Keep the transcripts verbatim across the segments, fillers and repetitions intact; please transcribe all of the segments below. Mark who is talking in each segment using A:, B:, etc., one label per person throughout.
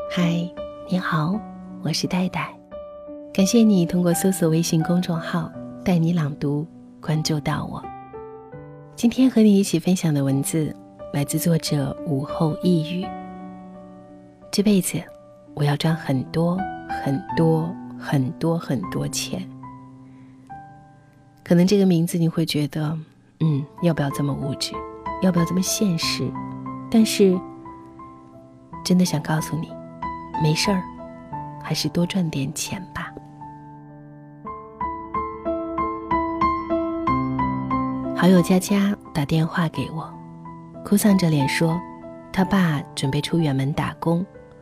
A: 嗨，你好，我是戴戴，感谢你通过搜索微信公众号带你朗读关注到我。今天和你一起分享的文字来自作者午后一语。这辈子我要赚很多很多很多很多钱。可能这个名字你会觉得嗯，要不要这么物质，要不要这么现实，但是真的想告诉你，没事儿，还是多赚点钱吧。好友佳佳打电话给我，哭丧着脸说他爸准备出远门打工。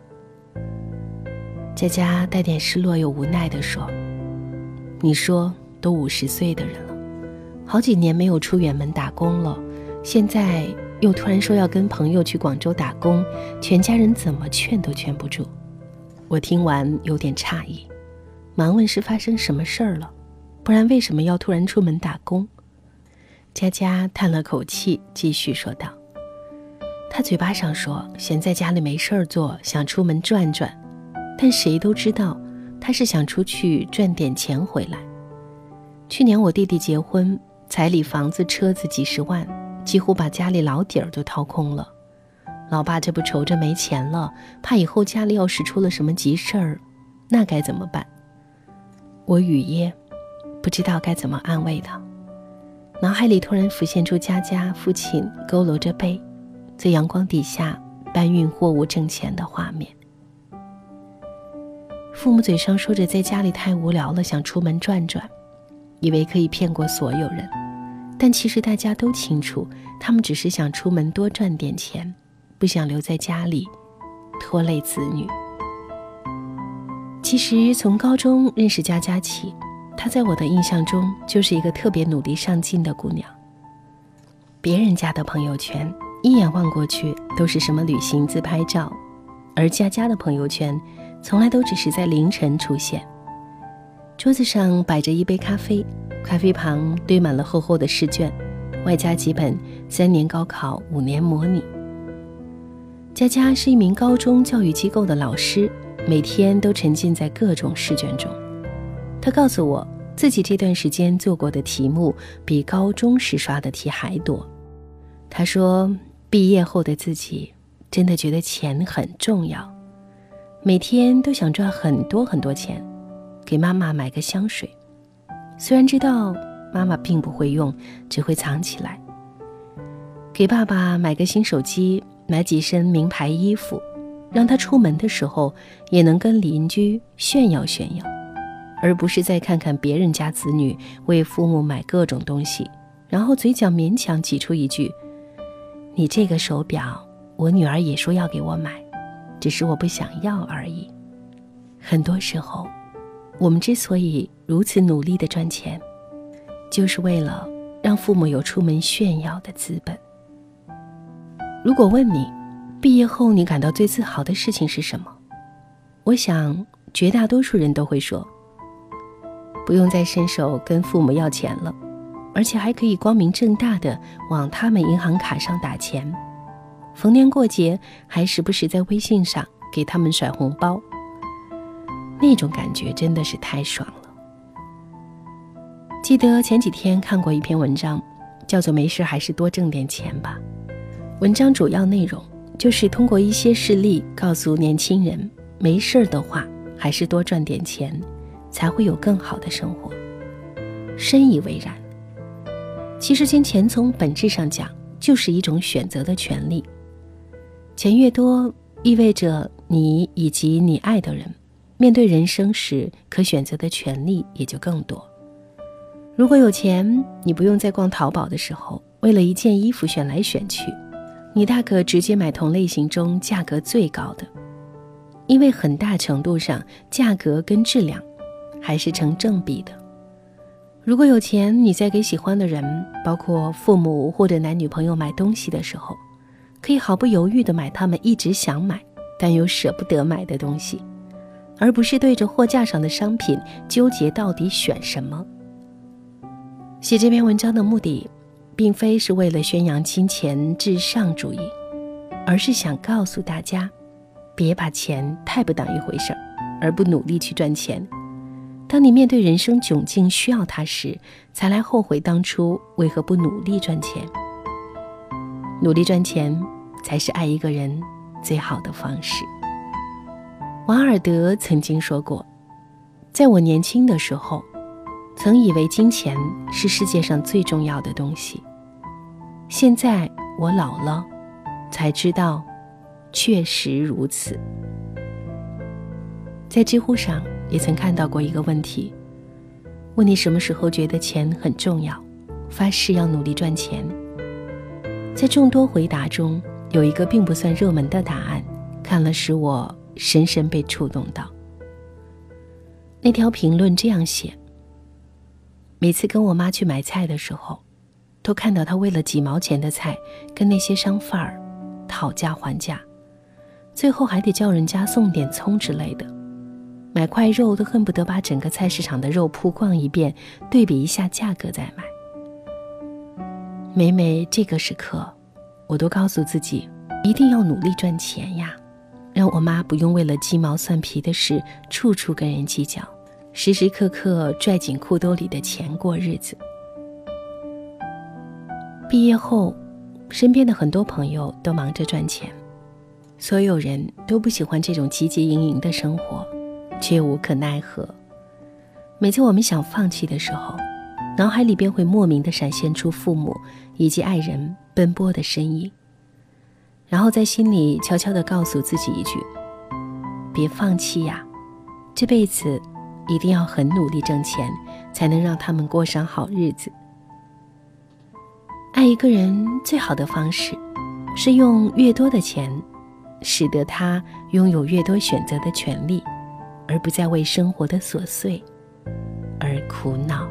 A: 佳佳带点失落又无奈地说，你说都五十岁的人了，好几年没有出远门打工了，现在又突然说要跟朋友去广州打工，全家人怎么劝都劝不住。我听完有点诧异，忙问是发生什么事儿了，不然为什么要突然出门打工？佳佳叹了口气，继续说道，他嘴巴上说闲在家里没事儿做，想出门转转，但谁都知道他是想出去赚点钱回来。去年我弟弟结婚，彩礼房子车子几十万，几乎把家里老底儿都掏空了。老爸这不愁着没钱了，怕以后家里要是出了什么急事儿，那该怎么办？我语噎，不知道该怎么安慰他。脑海里突然浮现出佳佳父亲佝偻着背，在阳光底下搬运货物挣钱的画面。父母嘴上说着在家里太无聊了，想出门转转，以为可以骗过所有人，但其实大家都清楚，他们只是想出门多赚点钱，不想留在家里拖累子女。其实从高中认识佳佳起，她在我的印象中就是一个特别努力上进的姑娘。别人家的朋友圈一眼望过去都是什么旅行自拍照，而佳佳的朋友圈从来都只是在凌晨出现。桌子上摆着一杯咖啡，咖啡旁堆满了厚厚的试卷，外加几本三年高考五年模拟。佳佳是一名高中教育机构的老师，每天都沉浸在各种试卷中。她告诉我，自己这段时间做过的题目比高中时刷的题还多。她说，毕业后的自己真的觉得钱很重要，每天都想赚很多很多钱，给妈妈买个香水，虽然知道妈妈并不会用，只会藏起来；给爸爸买个新手机，买几身名牌衣服，让他出门的时候也能跟邻居炫耀炫耀，而不是再看看别人家子女为父母买各种东西，然后嘴角勉强挤出一句，你这个手表我女儿也说要给我买，只是我不想要而已。很多时候我们之所以如此努力地赚钱，就是为了让父母有出门炫耀的资本。如果问你，毕业后你感到最自豪的事情是什么？我想绝大多数人都会说，不用再伸手跟父母要钱了，而且还可以光明正大地往他们银行卡上打钱，逢年过节还时不时在微信上给他们甩红包，那种感觉真的是太爽了。记得前几天看过一篇文章，叫做没事还是多挣点钱吧。文章主要内容就是通过一些事例告诉年轻人，没事的话还是多赚点钱，才会有更好的生活。深以为然。其实金钱从本质上讲就是一种选择的权利，钱越多意味着你以及你爱的人面对人生时可选择的权利也就更多。如果有钱，你不用在逛淘宝的时候为了一件衣服选来选去，你大可直接买同类型中价格最高的，因为很大程度上价格跟质量还是成正比的。如果有钱，你在给喜欢的人，包括父母或者男女朋友买东西的时候，可以毫不犹豫地买他们一直想买但又舍不得买的东西，而不是对着货架上的商品纠结到底选什么。写这篇文章的目的并非是为了宣扬金钱至上主义，而是想告诉大家， 别把钱太不当一回事儿，而不努力去赚钱。当你面对人生窘境需要它时，才来后悔当初为何不努力赚钱。努力赚钱才是爱一个人最好的方式。王尔德曾经说过，在我年轻的时候，曾以为金钱是世界上最重要的东西，现在我老了，才知道确实如此。在知乎上也曾看到过一个问题，问你什么时候觉得钱很重要，发誓要努力赚钱。在众多回答中，有一个并不算热门的答案，看了使我深深被触动到。那条评论这样写：每次跟我妈去买菜的时候，都看到她为了几毛钱的菜跟那些商贩儿讨价还价，最后还得叫人家送点葱之类的，买块肉都恨不得把整个菜市场的肉铺逛一遍，对比一下价格再买。每每这个时刻，我都告诉自己一定要努力赚钱呀，让我妈不用为了鸡毛蒜皮的事处处跟人计较，时时刻刻拽紧裤兜里的钱过日子。毕业后，身边的很多朋友都忙着赚钱，所有人都不喜欢这种汲汲营营的生活，却无可奈何。每次我们想放弃的时候，脑海里便会莫名地闪现出父母以及爱人奔波的身影，然后在心里悄悄地告诉自己一句：别放弃呀，这辈子一定要很努力挣钱，才能让他们过上好日子。爱一个人最好的方式，是用越多的钱，使得他拥有越多选择的权利，而不再为生活的琐碎而苦恼。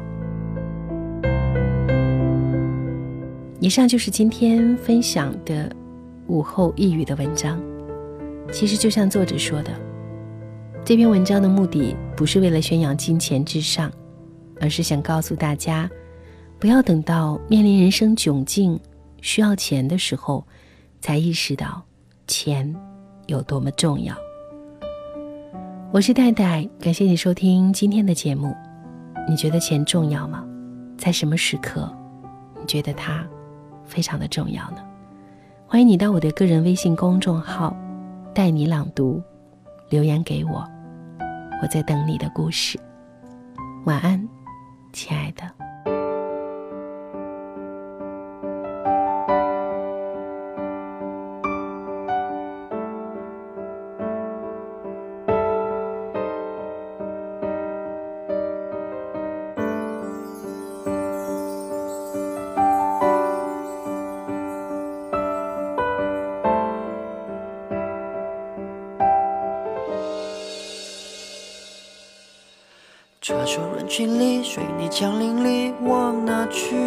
A: 以上就是今天分享的午后一语的文章。其实就像作者说的，这篇文章的目的不是为了宣扬金钱至上，而是想告诉大家，不要等到面临人生窘境需要钱的时候，才意识到钱有多么重要。我是戴戴，感谢你收听今天的节目。你觉得钱重要吗？在什么时刻你觉得它非常的重要呢？欢迎你到我的个人微信公众号带你朗读留言给我，我在等你的故事。晚安，亲爱的。
B: 车水人群里，水泥墙林里，往哪去？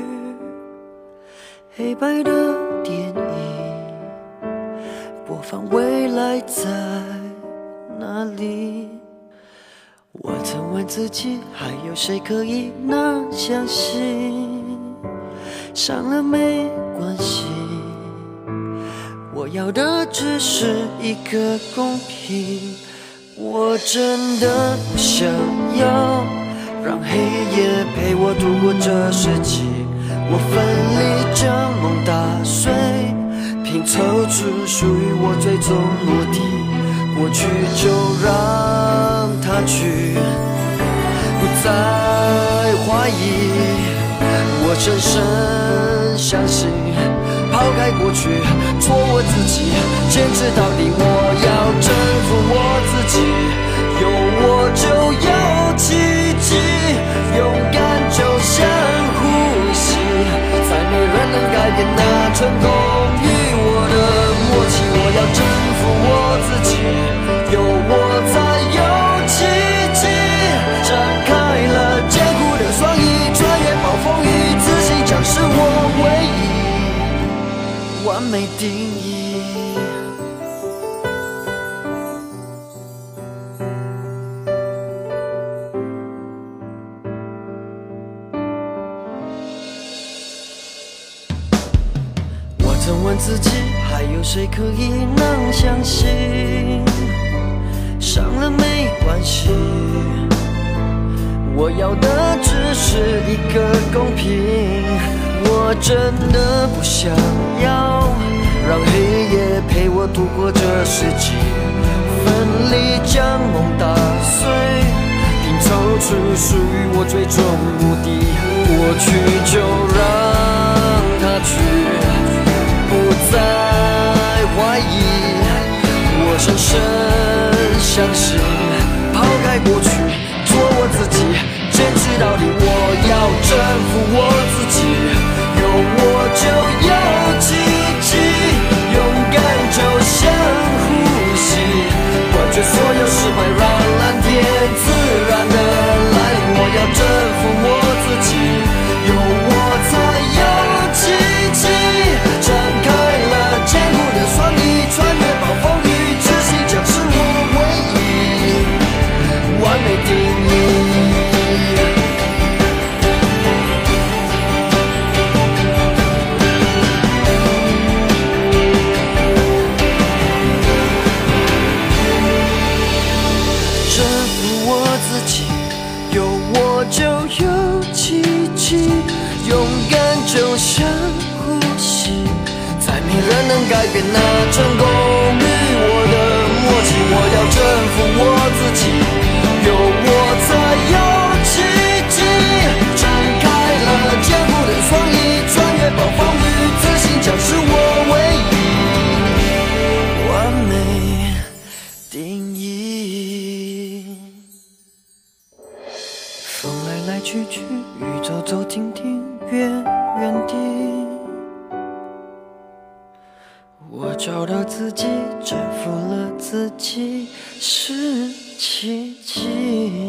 B: 黑白的电影播放，未来在哪里？我曾问自己，还有谁可以那相信？伤了没关系，我要的只是一个公平。我真的想要让黑夜陪我度过这世纪，我奋力将梦打碎，拼凑出属于我最终目的。过去就让它去，不再怀疑，我深深相信，抛开过去，做我自己，坚持到底。我要征服我自己，有我就有奇迹，勇敢就像呼吸，再没人能改变那纯空与我的默契。我要征服我自己，有我才有奇迹，张开了坚固的双翼，穿越暴风雨，自信将是我唯一完美定义。我曾问自己，还有谁可以能相信？ 一个公平。我真的不想要让黑夜陪我度过这世纪，奋力将梦打碎，拼凑出属于我最终目的。过去就让它去，不再怀疑。我深深相信，抛开过去，做我自己，坚持到底。我要征服我自己，有我就有奇迹，勇敢就像呼吸，断绝所有失败，让蓝天自然的来。我要征服我自己，有我才有奇迹，展开了坚固的双翼，穿越暴风雨，自信将是我唯一完美定义。就有奇迹，勇敢就像呼吸，再没人能改变那成功与我的默契。我要征服我自己，有我才有奇迹，展开了坚固的双翼，穿越暴风雨，自信将是我唯一完美定义。风来来去去，雨走走停停，原原地。我找到自己，征服了自己，是奇迹。